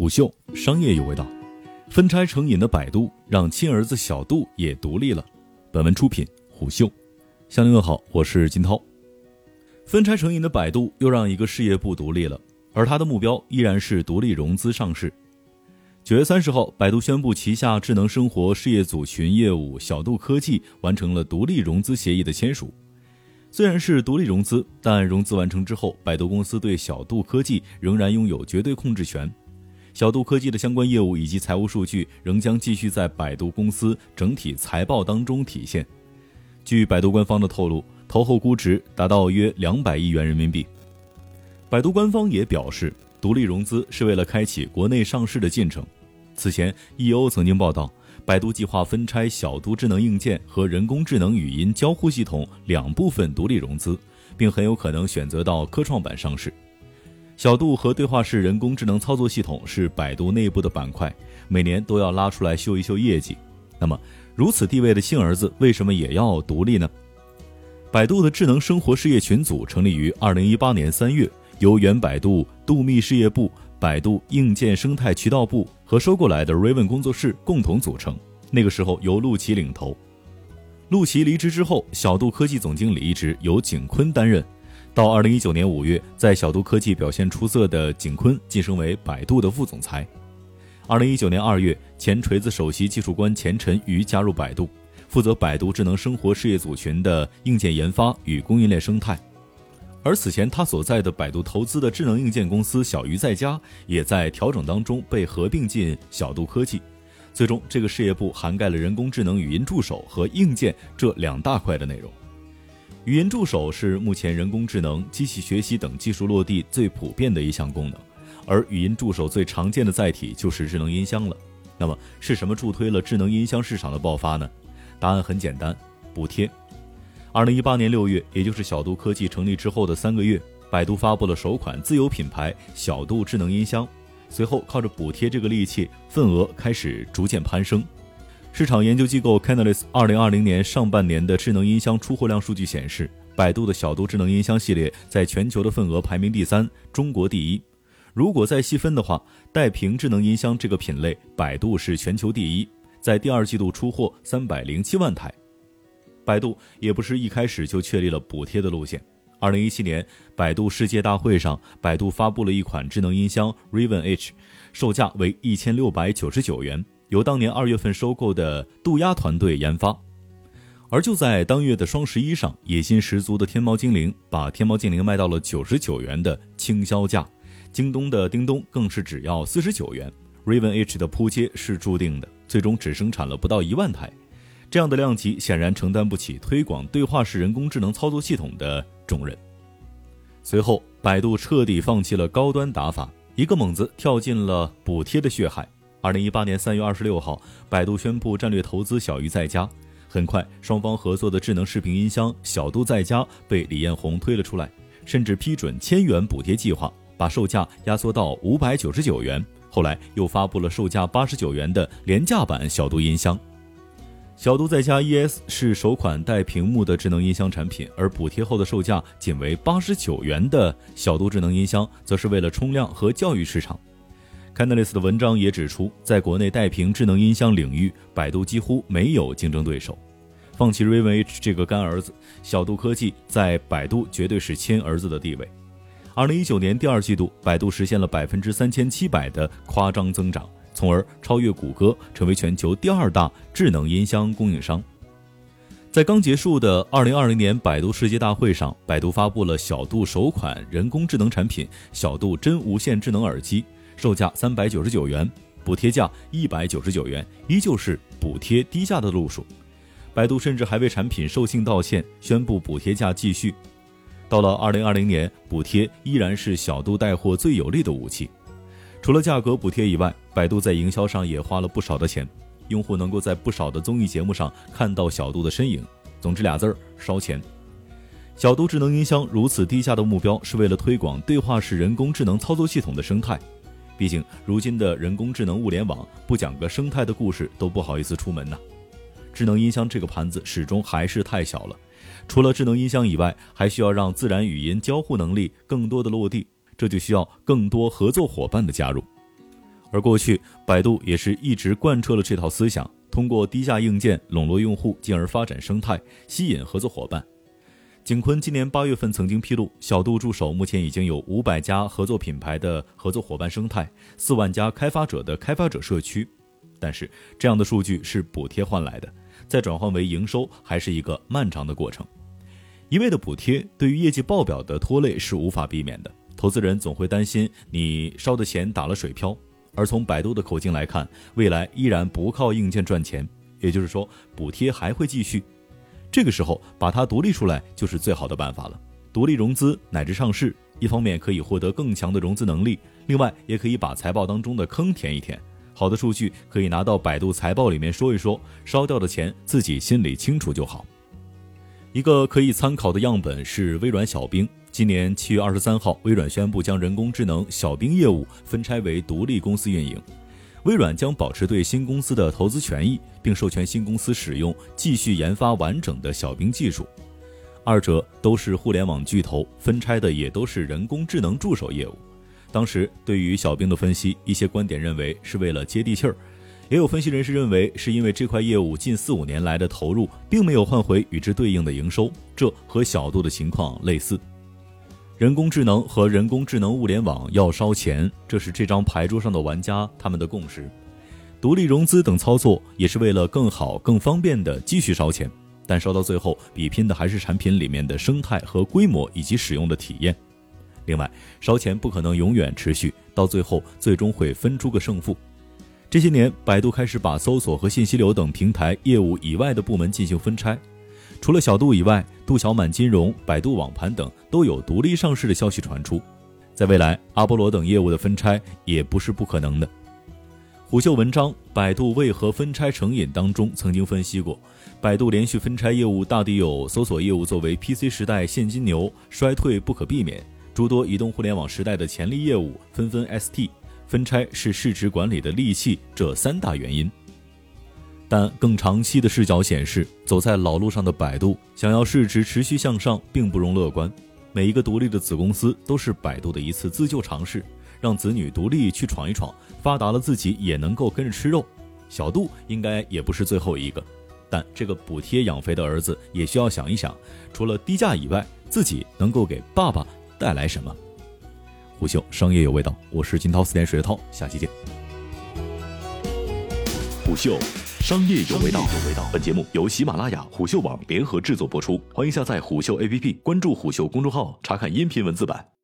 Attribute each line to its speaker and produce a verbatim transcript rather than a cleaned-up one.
Speaker 1: 虎嗅，商业有味道。分拆成瘾的百度让亲儿子小度也独立了。本文出品虎嗅。向您问好，我是金涛。分拆成瘾的百度又让一个事业部独立了，而它的目标依然是独立融资上市。九月三十号，百度宣布旗下智能生活事业组群业务小度科技完成了独立融资协议的签署。虽然是独立融资，但融资完成之后，百度公司对小度科技仍然拥有绝对控制权。小度科技的相关业务以及财务数据仍将继续在百度公司整体财报当中体现。据百度官方的透露，投后估值达到约两百亿元人民币。百度官方也表示，独立融资是为了开启国内上市的进程。此前 E O 曾经报道，百度计划分拆小度智能硬件和人工智能语音交互系统两部分独立融资，并很有可能选择到科创板上市。小度和对话式人工智能操作系统是百度内部的板块，每年都要拉出来秀一秀业绩。那么如此地位的亲儿子为什么也要独立呢？百度的智能生活事业群组成立于二零一八年三月，由原百度度秘事业部、百度硬件生态渠道部和收购来的 Raven 工作室共同组成。那个时候由陆琪领头。陆琪离职之后，小度科技总经理一职由景坤担任。到二零一九年五月，在小度科技表现出色的景坤晋升为百度的副总裁。二零一九年二月，前锤子首席技术官钱晨瑜加入百度，负责百度智能生活事业组群的硬件研发与供应链生态。而此前他所在的百度投资的智能硬件公司小鱼在家，也在调整当中被合并进小度科技。最终，这个事业部涵盖了人工智能语音助手和硬件这两大块的内容。语音助手是目前人工智能、机器学习等技术落地最普遍的一项功能，而语音助手最常见的载体就是智能音箱了。那么是什么助推了智能音箱市场的爆发呢？答案很简单，补贴。二零一八年六月，也就是小度科技成立之后的三个月，百度发布了首款自有品牌小度智能音箱，随后靠着补贴这个利器，份额开始逐渐攀升。市场研究机构 Canalys 二零二零年上半年的智能音箱出货量数据显示，百度的小度智能音箱系列在全球的份额排名第三，中国第一。如果再细分的话，带屏智能音箱这个品类，百度是全球第一，在第二季度出货三百零七万台。百度也不是一开始就确立了补贴的路线。二零一七年，百度世界大会上，百度发布了一款智能音箱 Raven H， 售价为一千六百九十九元。由当年二月份收购的杜鸦团队研发。而就在当月的双十一上，野心十足的天猫精灵把天猫精灵卖到了九十九元的倾销价，京东的叮咚更是只要四十九元。 Raven H 的扑街是注定的，最终只生产了不到一万台。这样的量级显然承担不起推广对话式人工智能操作系统的重任。随后百度彻底放弃了高端打法，一个猛子跳进了补贴的血海。二零一八年三月二十六号，百度宣布战略投资小鱼在家。很快，双方合作的智能视频音箱小度在家被李彦宏推了出来，甚至批准千元补贴计划，把售价压缩到五百九十九元。后来又发布了售价八十九元的廉价版小度音箱。小度在家 E S 是首款带屏幕的智能音箱产品，而补贴后的售价仅为八十九元的小度智能音箱，则是为了冲量和教育市场。Canalys 的文章也指出，在国内带屏智能音箱领域，百度几乎没有竞争对手。放弃 Raven H 这个干儿子，小度科技在百度绝对是亲儿子的地位。二零一九年第二季度，百度实现了百分之三千七百的夸张增长，从而超越谷歌，成为全球第二大智能音箱供应商。在刚结束的二零二零年百度世界大会上，百度发布了小度首款人工智能产品小度真无线智能耳机，售价三百九十九元，补贴价一百九十九元，依旧是补贴低价的路数。百度甚至还为产品售罄道歉，宣布补贴价继续。到了二零二零年，补贴依然是小度带货最有力的武器。除了价格补贴以外，百度在营销上也花了不少的钱，用户能够在不少的综艺节目上看到小度的身影。总之俩字儿，烧钱。小度智能音箱如此低价的目标，是为了推广对话式人工智能操作系统的生态。毕竟如今的人工智能物联网，不讲个生态的故事都不好意思出门呐。智能音箱这个盘子始终还是太小了，除了智能音箱以外，还需要让自然语音交互能力更多的落地，这就需要更多合作伙伴的加入。 而过去百度也是一直贯彻了这套思想，通过低价硬件笼络用户，进而发展生态，吸引合作伙伴。景坤今年八月份曾经披露，小度助手目前已经有五百家合作品牌的合作伙伴生态，四万家开发者的开发者社区。但是这样的数据是补贴换来的，再转换为营收还是一个漫长的过程。一味的补贴对于业绩报表的拖累是无法避免的，投资人总会担心你烧的钱打了水漂。而从百度的口径来看，未来依然不靠硬件赚钱，也就是说补贴还会继续。这个时候把它独立出来就是最好的办法了。独立融资乃至上市，一方面可以获得更强的融资能力，另外也可以把财报当中的坑填一填。好的数据可以拿到百度财报里面说一说，烧掉的钱自己心里清楚就好。一个可以参考的样本是微软小冰。今年七月二十三号，微软宣布将人工智能小冰业务分拆为独立公司运营。微软将保持对新公司的投资权益，并授权新公司使用继续研发完整的小冰技术。二者都是互联网巨头，分拆的也都是人工智能助手业务。当时对于小冰的分析，一些观点认为是为了接地气儿，也有分析人士认为是因为这块业务近四五年来的投入并没有换回与之对应的营收，这和小度的情况类似。人工智能和人工智能物联网要烧钱，这是这张牌桌上的玩家他们的共识。独立融资等操作也是为了更好更方便的继续烧钱，但烧到最后比拼的还是产品里面的生态和规模以及使用的体验。另外，烧钱不可能永远持续，到最后最终会分出个胜负。这些年，百度开始把搜索和信息流等平台业务以外的部门进行分拆。除了小度以外，度小满金融、百度网盘等都有独立上市的消息传出。在未来，阿波罗等业务的分拆也不是不可能的。虎嗅文章《百度为何分拆成瘾》当中曾经分析过，百度连续分拆业务大抵有搜索业务作为 P C 时代现金牛，衰退不可避免，诸多移动互联网时代的潜力业务纷纷 S T， 分拆是市值管理的利器，这三大原因。但更长期的视角显示，走在老路上的百度想要市值持续向上并不容乐观。每一个独立的子公司都是百度的一次自救尝试，让子女独立去闯一闯，发达了自己也能够跟着吃肉。小度应该也不是最后一个，但这个补贴养肥的儿子也需要想一想，除了低价以外，自己能够给爸爸带来什么。虎嗅商业有味道，我是金涛，四点水的涛，下期见。
Speaker 2: 虎嗅商业有味道，本节目由喜马拉雅、虎嗅网联合制作播出，欢迎下载虎嗅 A P P， 关注虎嗅公众号，查看音频文字版。